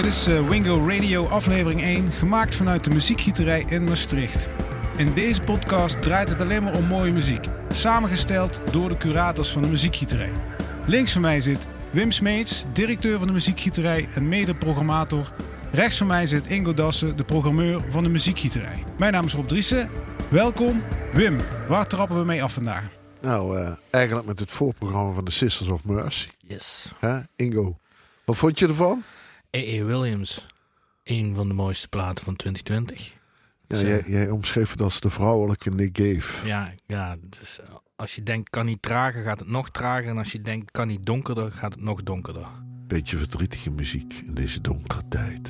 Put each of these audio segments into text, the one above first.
Dit is Wingo Radio aflevering 1, gemaakt vanuit de muziekgieterij in Maastricht. In deze podcast draait het alleen maar om mooie muziek, samengesteld door de curators van de muziekgieterij. Links van mij zit Wim Smeets, directeur van de muziekgieterij en mede-programmator. Rechts van mij zit Ingo Dassen, de programmeur van de muziekgieterij. Mijn naam is Rob Driessen. Welkom. Wim, waar trappen we mee af vandaag? Nou, eigenlijk met het voorprogramma van de Sisters of Mercy. Yes. Ingo, wat vond je ervan? A.A. Williams. Een van de mooiste platen van 2020. Ja, jij omschreef het als de vrouwelijke Nick Cave. Ja, dus als je denkt kan niet trager, gaat het nog trager. En als je denkt kan niet donkerder, gaat het nog donkerder. Beetje verdrietige muziek in deze donkere tijd.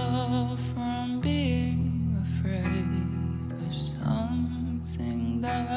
That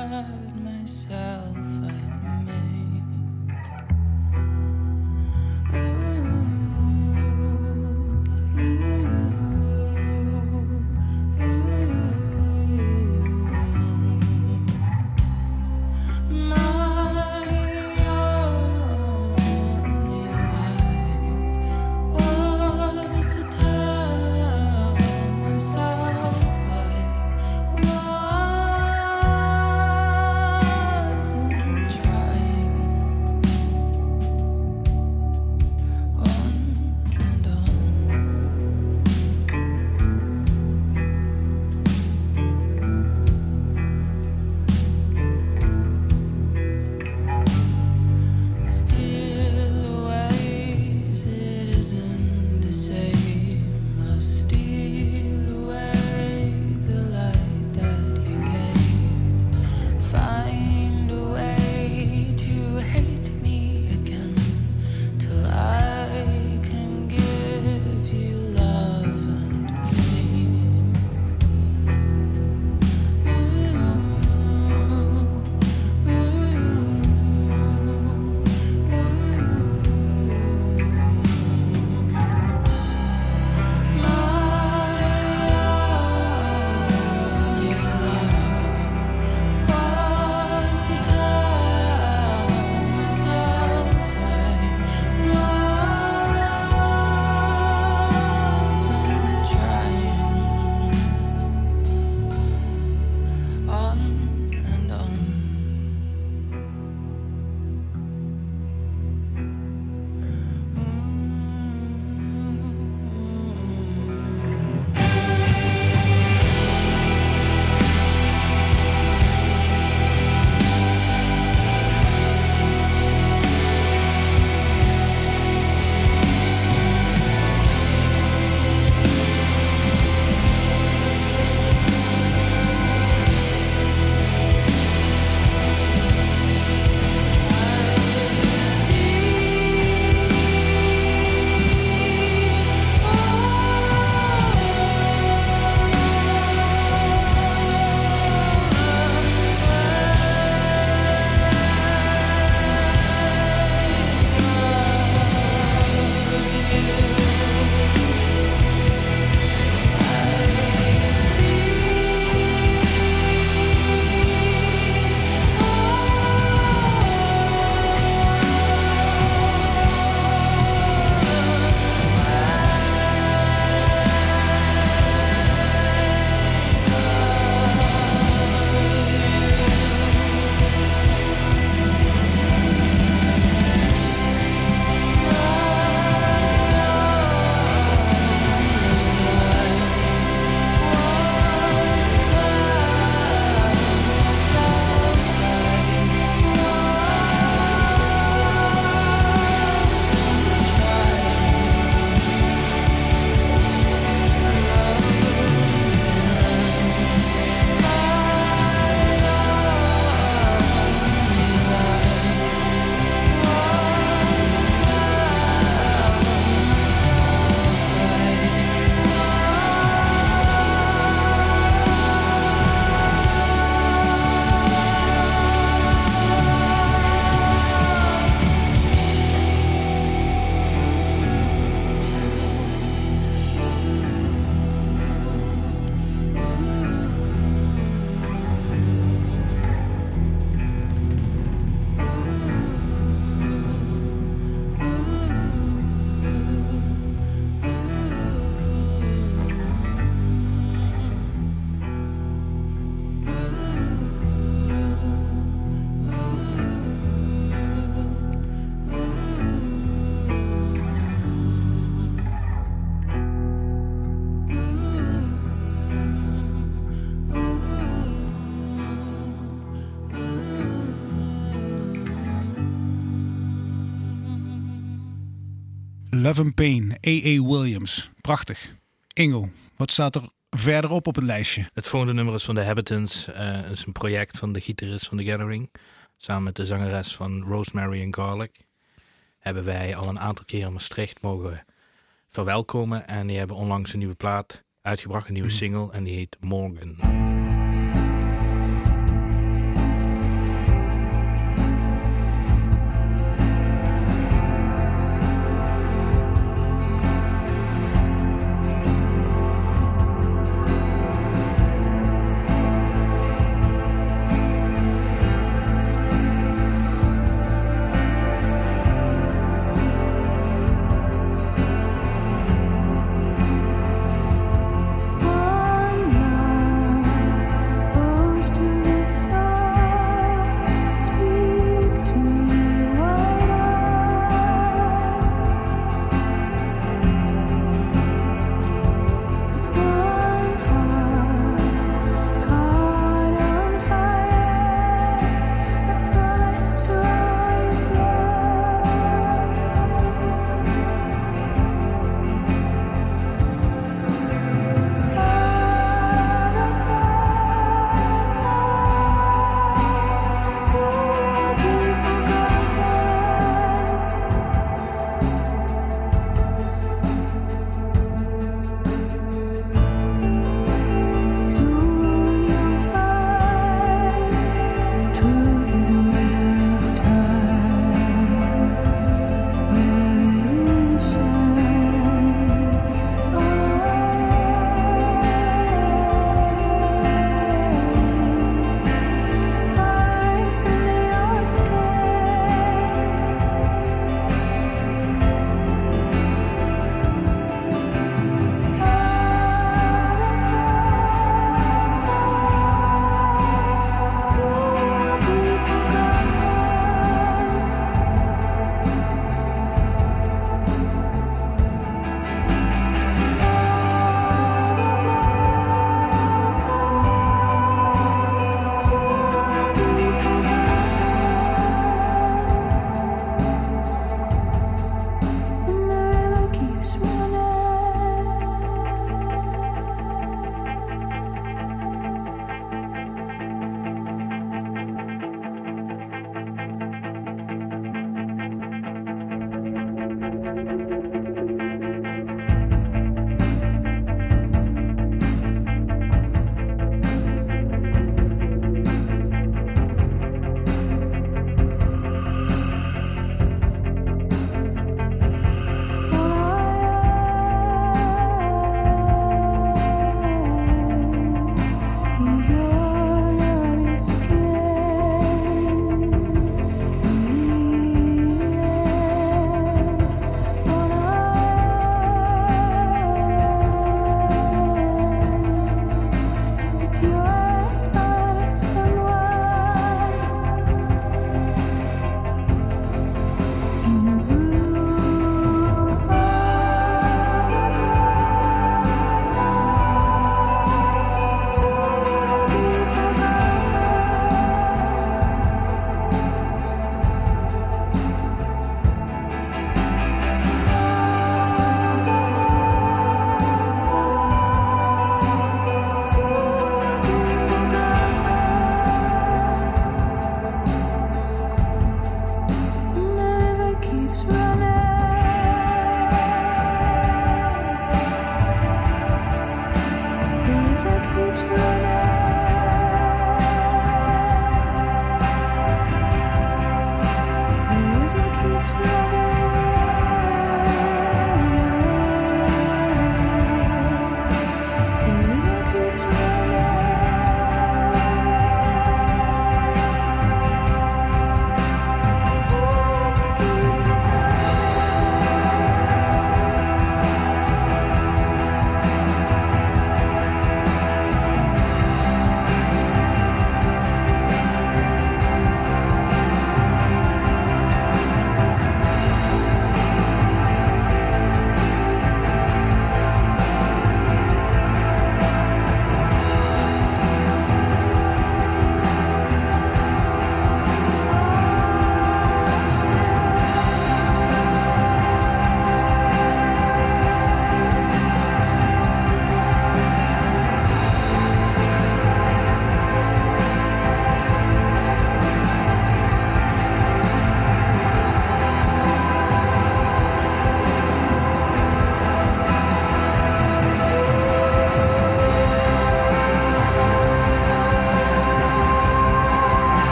Love and Pain, A.A. Williams. Prachtig. Ingo, wat staat er verderop op het lijstje? Het volgende nummer is van The Habitants. Het is een project van de gitarist van The Gathering. Samen met de zangeres van Rosemary and Garlic. Hebben wij al een aantal keer in Maastricht mogen verwelkomen. En die hebben onlangs een nieuwe plaat uitgebracht, een nieuwe single. En die heet Morgan.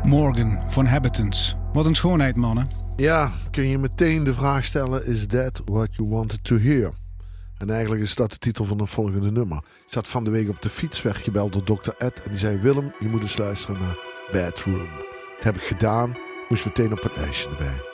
Morgan van Habitants. Wat een schoonheid, mannen. Ja, kun je meteen de vraag stellen... Is that what you wanted to hear? En eigenlijk is dat de titel van het volgende nummer. Ik zat van de week op de fiets, werd gebeld door Dr. Ed... en die zei, Willem, je moet eens luisteren naar Bedroom. Dat heb ik gedaan, moest meteen op het lijstje erbij.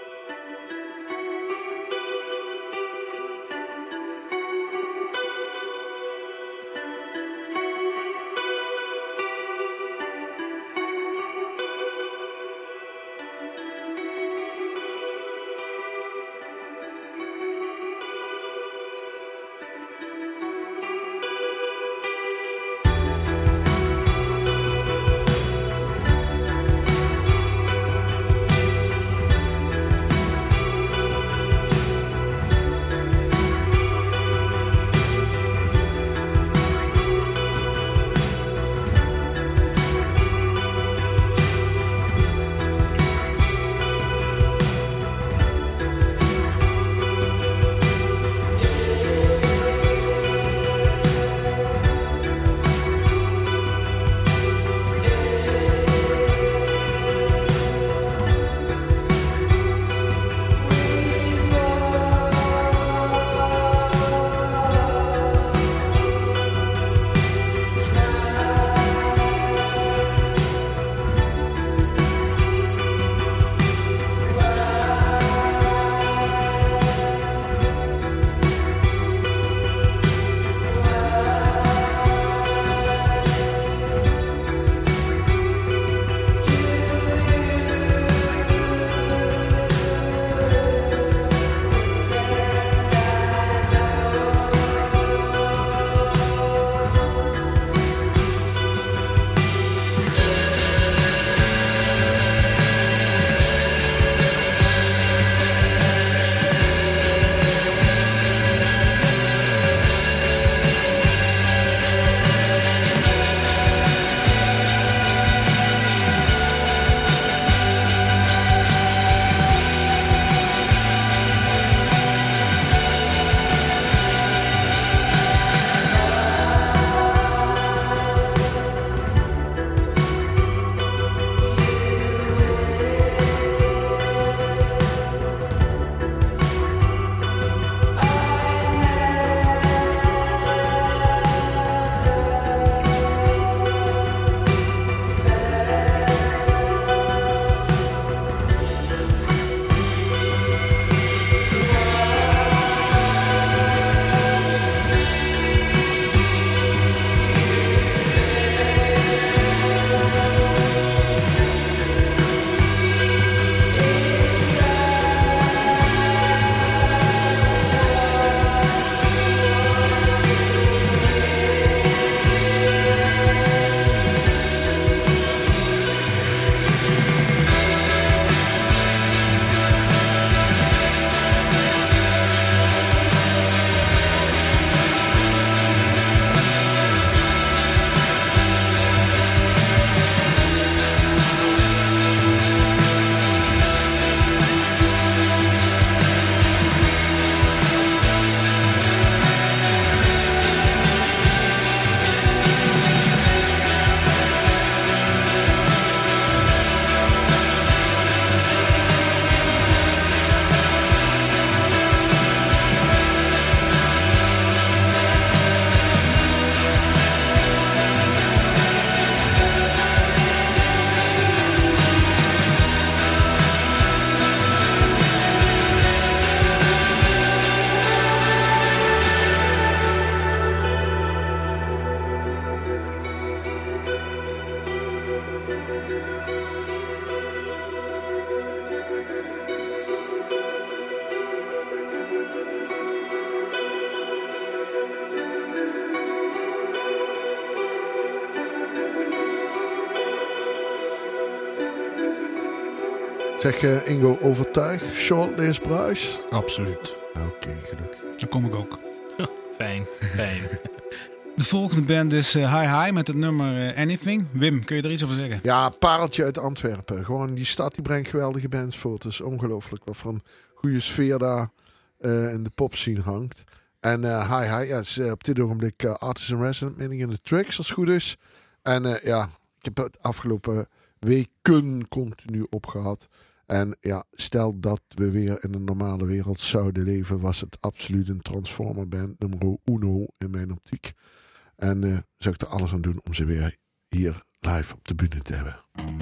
Zeg Ingo, overtuigd? Shortlist Bruis? Absoluut. Oké, gelukkig. Daar kom ik ook. Fijn. De volgende band is Hi Hi met het nummer Anything. Wim, kun je er iets over zeggen? Ja, pareltje uit Antwerpen. Gewoon die stad die brengt geweldige bands voor. Het is ongelooflijk wat voor een goede sfeer daar in de popscene hangt. En Hi Hi is op dit ogenblik artist in resident, meaning in de tracks als het goed is. En ik heb het afgelopen weken continu op gehad. En ja, stel dat we weer in een normale wereld zouden leven, was het absoluut een Transformer band nummer uno in mijn optiek. En zou ik er alles aan doen om ze weer hier live op de bühne te hebben.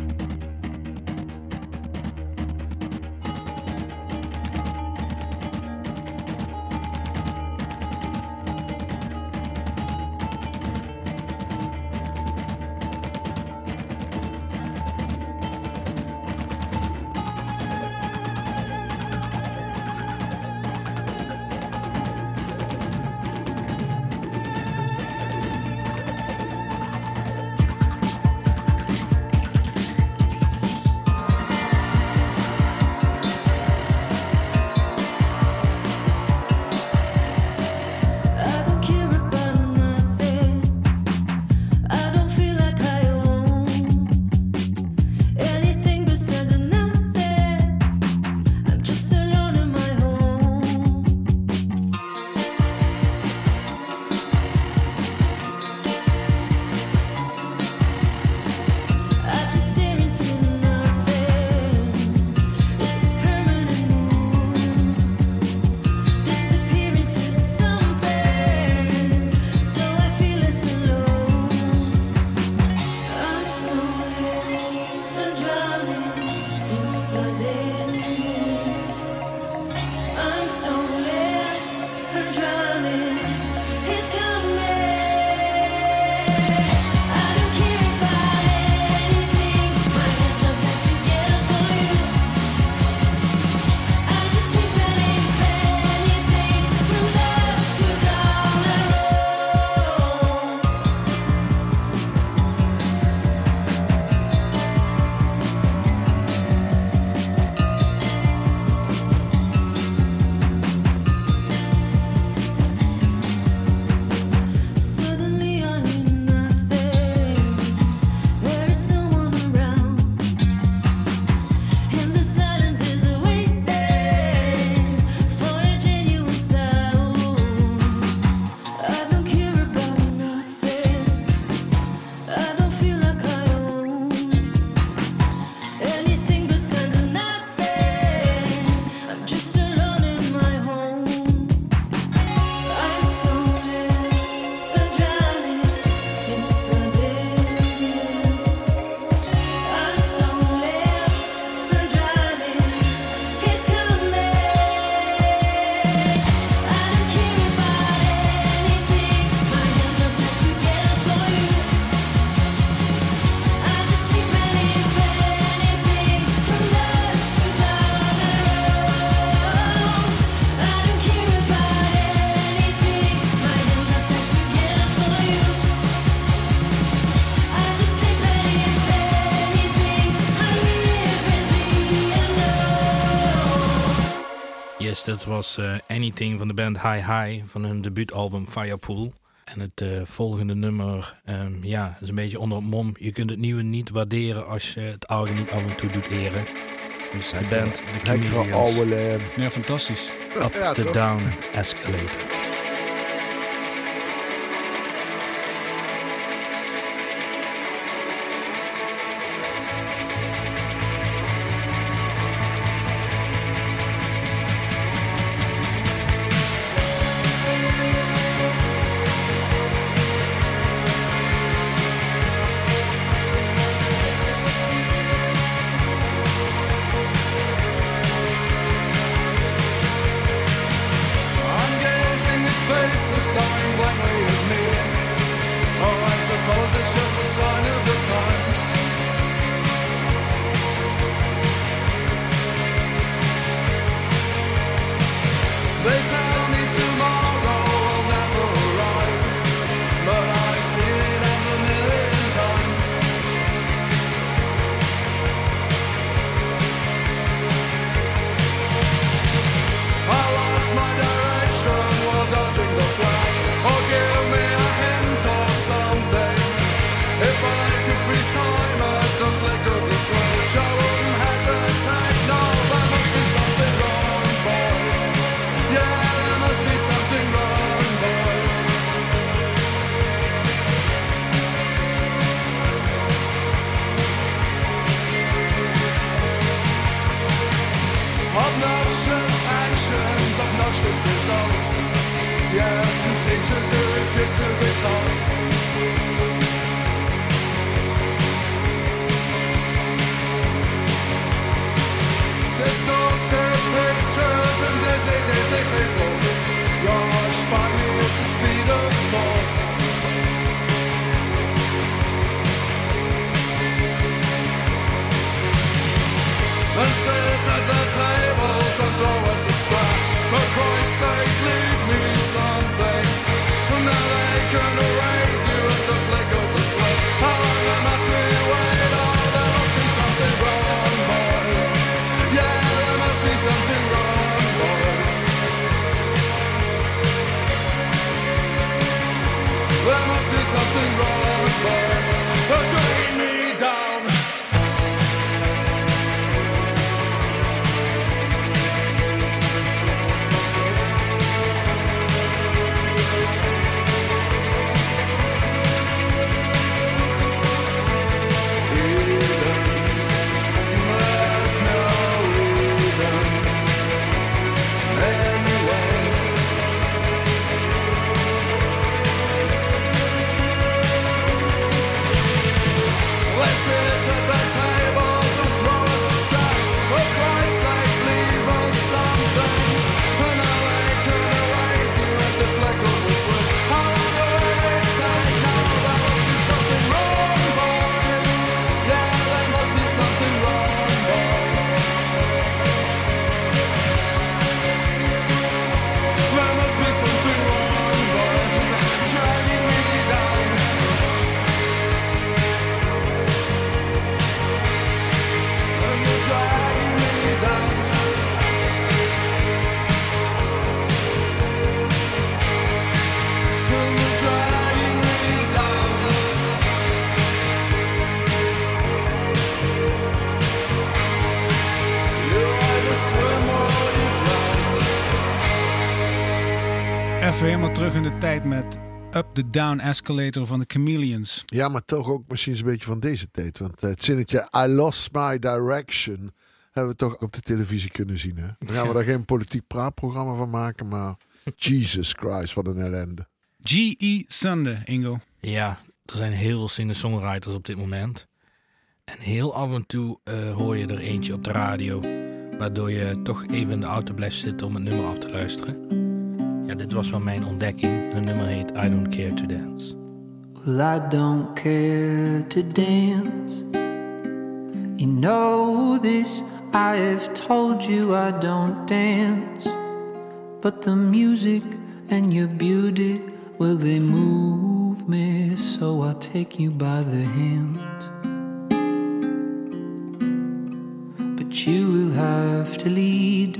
Dat was Anything van de band Hi Hi van hun debuutalbum Firepool. En het volgende nummer is een beetje onder het mom. Je kunt het nieuwe niet waarderen als je het oude niet af en toe doet eren. Dus de band The Chameleons. Ja, fantastisch. Up the Down Escalator. On girls and atrocious results. Yeah, from teachers who refuse to be taught. Distorted pictures and dizzy, dizzy people rush by me at the speed of thought. And sit at the tables and throw us a scraps. For Christ's sake, leave me something. And now they can erase you at the flick of a switch. How long must we wait? Oh, there must be something wrong, boys. Yeah, there must be something wrong, boys. There must be something wrong, boys. They're dragging me down. Even helemaal terug in de tijd met Up the Down Escalator van de Chameleons. Ja, maar toch ook misschien een beetje van deze tijd. Want het zinnetje I lost my direction hebben we toch op de televisie kunnen zien. Hè? Dan gaan we daar geen politiek praatprogramma van maken, maar Jesus Christ, wat een ellende. G.E. Sunday, Ingo. Ja, er zijn heel veel singer-songwriters op dit moment. En heel af en toe hoor je er eentje op de radio, waardoor je toch even in de auto blijft zitten om het nummer af te luisteren. Ja, dit was van mijn ontdekking. Het nummer heet I Don't Care to Dance. Well, I don't care to dance. You know this, I have told you I don't dance. But the music and your beauty, well, they move me, so I take you by the hand. But you will have to lead.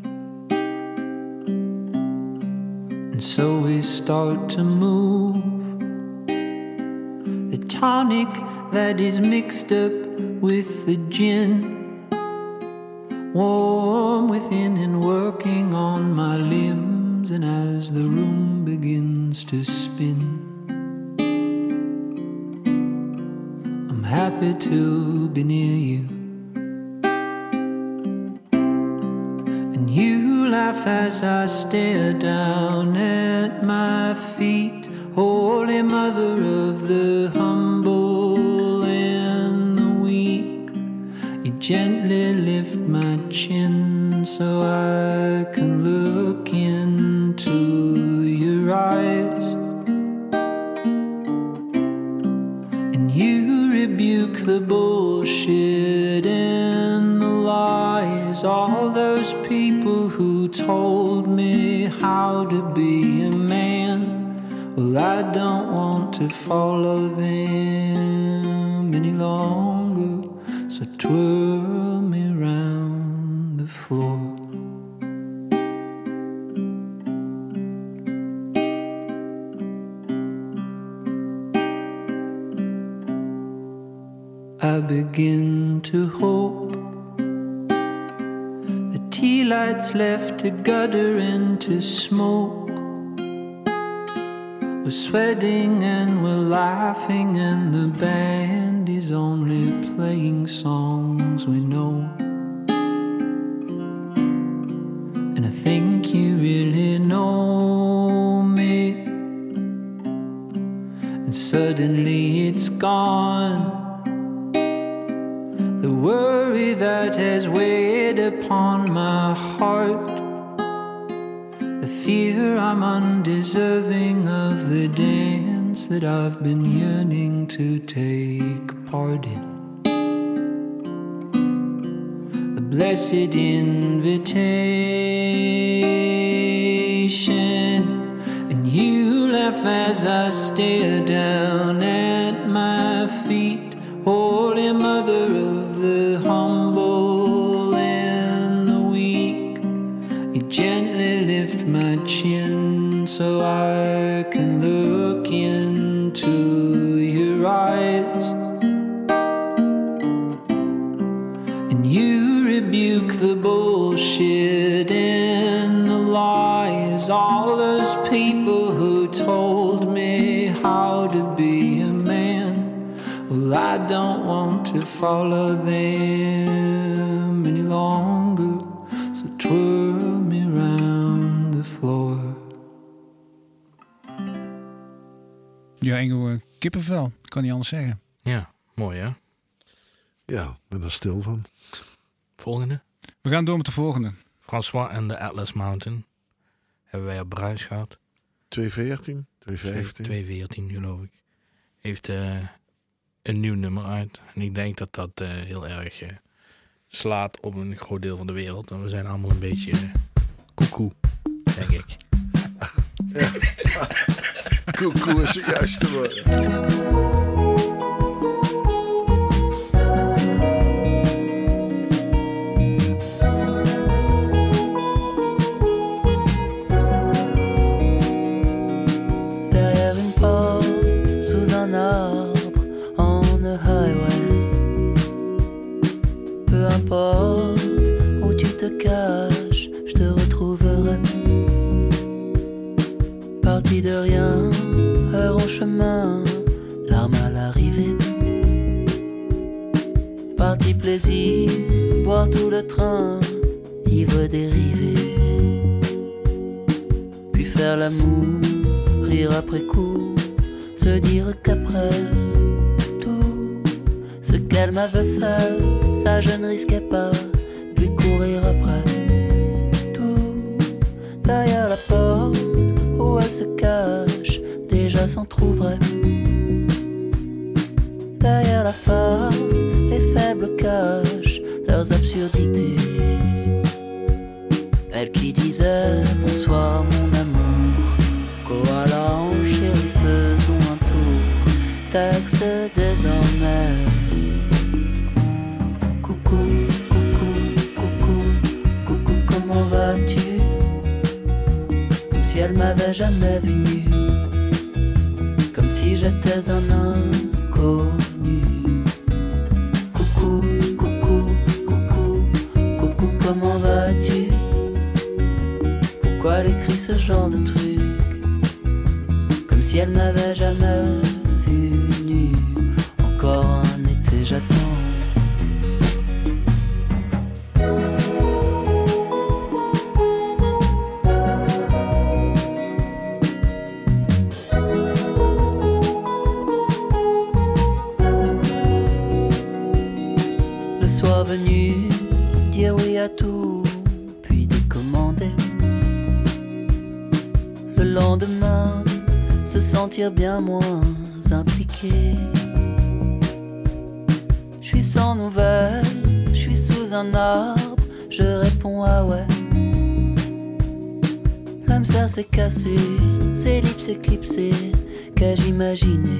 So we start to move. The tonic that is mixed up with the gin, warm within and working on my limbs. And as the room begins to spin, I'm happy to be near you. You laugh as I stare down at my feet, Holy Mother of the humble and the weak. You gently lift my chin so I can look into your eyes, and you rebuke the bullshit and the lies. All those people who told me how to be a man, well, I don't want to follow them any longer, so twirl me round the floor. I begin to hope the tea lights left to gutter into smoke. We're sweating and we're laughing, and the band is only playing songs we know. And I think you really and suddenly it's gone. The worry that has weighed upon my heart, the fear I'm undeserving of the dance that I've been yearning to take part in. The blessed invitation, and you laugh as I stare down at my feet. Holy Mother of the humble and the weak, you gently lift my chin so I can look into your eyes, and you rebuke the bullshit and the lies, all those people who told me how to be a man. Well, I don't want to follow them any longer, so twirl me round the floor. Ja, Ingo, kippenvel. Kan niet anders zeggen. Ja, mooi hè? Ja, ik ben er stil van. Volgende. We gaan door met de volgende. François en de Atlas Mountain. Hebben wij op Bruis gehad. 214, 215. 214 geloof ik. Heeft een nieuw nummer uit. En ik denk dat dat heel erg slaat op een groot deel van de wereld. En we zijn allemaal een beetje koekoe, denk ik. Ja. Koekoe is het juiste woord. Où tu te caches, je te retrouverai. Parti de rien, heure en chemin, larmes à l'arrivée. Parti plaisir, boire tout le train, ivre dérivé. Puis faire l'amour, rire après coup, se dire qu'après tout ce qu'elle m'avait fait, ça je ne risquais pas de lui courir après. Tout derrière la porte où elle se cache, déjà s'en trouverait. Derrière la farce, les faibles cachent leurs absurdités. Elle qui disait bonsoir mon amour, koala en chéri faisons un tour. Texte désormais. Elle m'avait jamais vu nu, comme si j'étais un inconnu. Coucou, coucou, coucou, coucou, comment vas-tu? Pourquoi elle écrit ce genre de truc, comme si elle m'avait jamais vu nu. Encore un été j'attends. Venu dire oui à tout, puis décommander. Le lendemain, se sentir bien moins impliqué. Je suis sans nouvelles, je suis sous un arbre, je réponds ah ouais. L'âme sœur s'est cassée, ses lips éclipsés, qu'ai-je imaginé?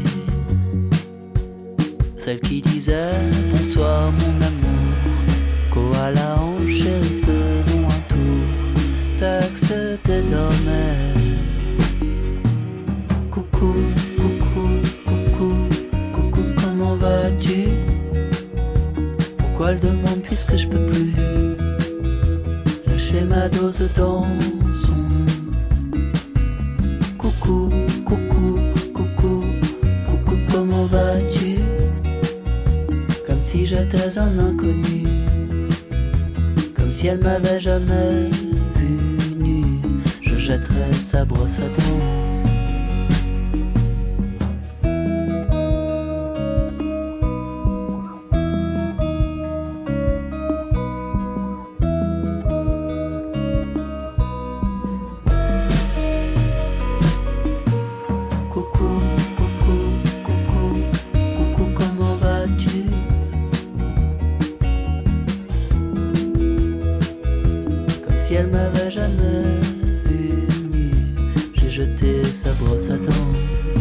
Celle qui disait bonsoir mon amour, koala en chéri faisons un tour. Texte désormais. Coucou, coucou, coucou, coucou, comment vas-tu? Pourquoi elle demande puisque je peux plus lâcher ma dose dans son. Coucou, coucou, coucou, coucou, comment vas-tu? Comme si j'étais un inconnu, comme si elle m'avait jamais vu nu. Je jetterais sa brosse à dents. si elle m'avait jamais vu nu, j'ai jeté sa brosse à dents.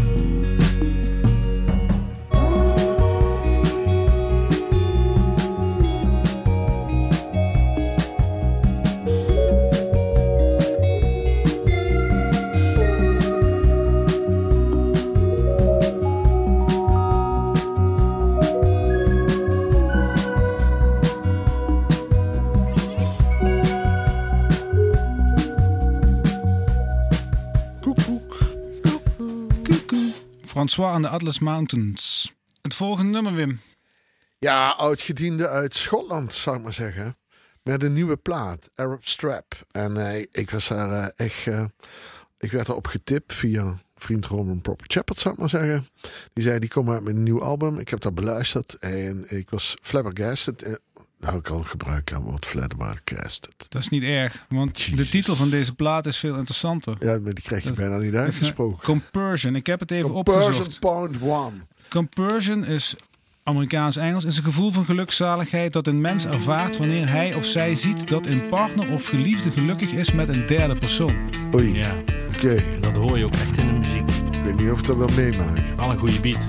François aan de Atlas Mountains. Het volgende nummer, Wim. Ja, oudgediende uit Schotland, zou ik maar zeggen. Met een nieuwe plaat, Arab Strap. En ik was daar ik werd erop getipt via vriend Roman Proper Shepherd, zou ik maar zeggen. Die zei, die komen uit met een nieuw album. Ik heb dat beluisterd en ik was flabbergasted. Nou, ik al gebruik aan woord flabbergasted. Dat is niet erg, want Jezus. De titel van deze plaat is veel interessanter. Ja, maar die krijg je bijna niet Dat is uitgesproken. Compersion. Ik heb het even Compersion opgezocht. Point One. Compersion is Amerikaans-Engels. Is een gevoel van gelukzaligheid dat een mens ervaart wanneer hij of zij ziet dat een partner of geliefde gelukkig is met een derde persoon. Oei, Ja, oké. dat hoor je ook echt in de muziek. Ik weet niet of ik dat wil meemaken. Al een goede beat.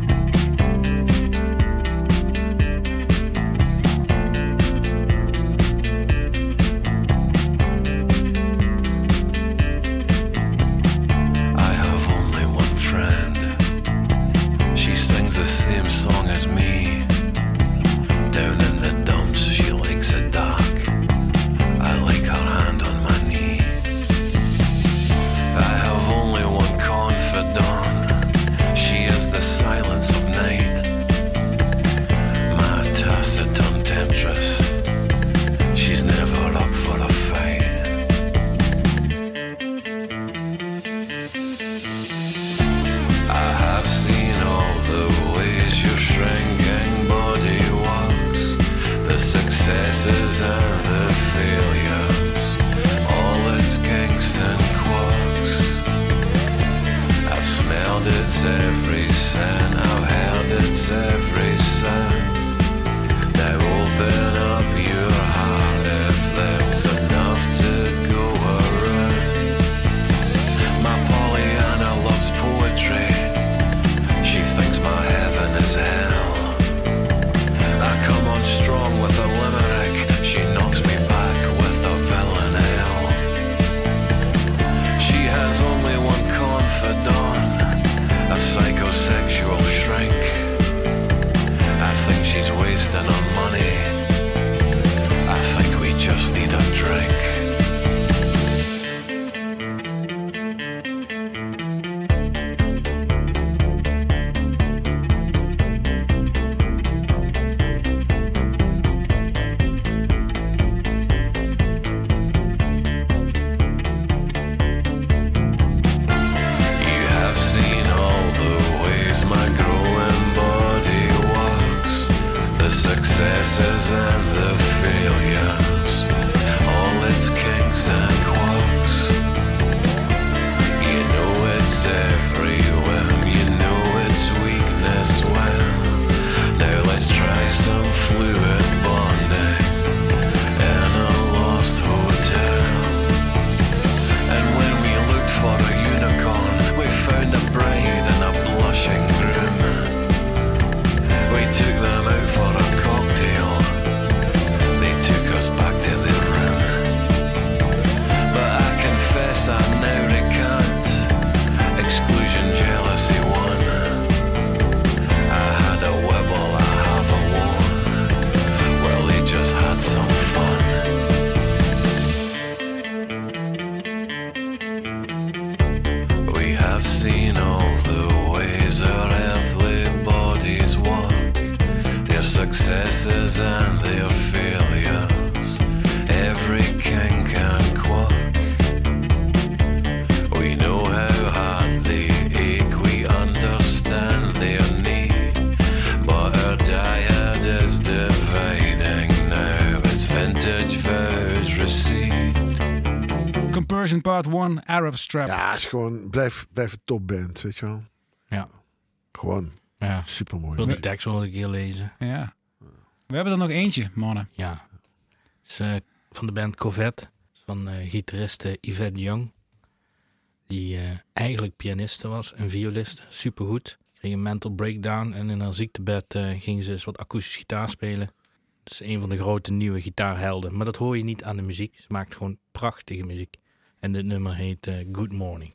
I have only one friend. She sings the same song as me. Down in the dumps, she likes it dark. I like her hand on my knee. I have only one confidant. She is the silence of night. My taciturn temptress. She's never up for a fight. I have seen all the ways your shrinking body walks, the successes and the failures, all its kinks and quirks. I've smelled its every scent, I've heard its every sound. Now open up your heart if there's enough to go around. My Pollyanna loves poetry. She thinks my heaven is hell. I come on strong with a limerick. She knocks me back with a villanelle. She has only one confidant, a psychosexual shrink. I think she's wasting on money. I think we just need a drink. You have seen all the ways my growing body walks, the successes and the failures, all its kinks and quirks. You know it's everywhere, you know its weakness well. Now let's try some fluid bonding in a lost hotel. And when we looked for a unicorn, we found a bride and a blushing groom. We took them out for a cocktail. They took us back to their room. But I confess I now recant. Exclusion, jealousy won. I had a wibble, I have a one. Well, they just had some fun. We have seen all the ways our earthly bodies walk, their successes and their failures, every kink and quirk. We know how hard they ache, we understand their need, but our dyad is dividing now, its vintage vows recede. Compersion Part 1, Arab Strap. Ja, is gewoon, blijf een topband, weet je wel. Ja. Gewoon Ja. supermooi. Ik wil die tekst wel een keer lezen. Ja. We hebben er nog eentje, mannen. Ja. Het is van de band Corvette. van gitariste Yvette Young. Die eigenlijk pianiste was en violiste. Supergoed. Kreeg een mental breakdown en in haar ziektebed ging ze eens wat akoestisch gitaar spelen. Het is een van de grote nieuwe gitaarhelden. Maar dat hoor je niet aan de muziek. Ze maakt gewoon prachtige muziek. En dit nummer heet Good Morning.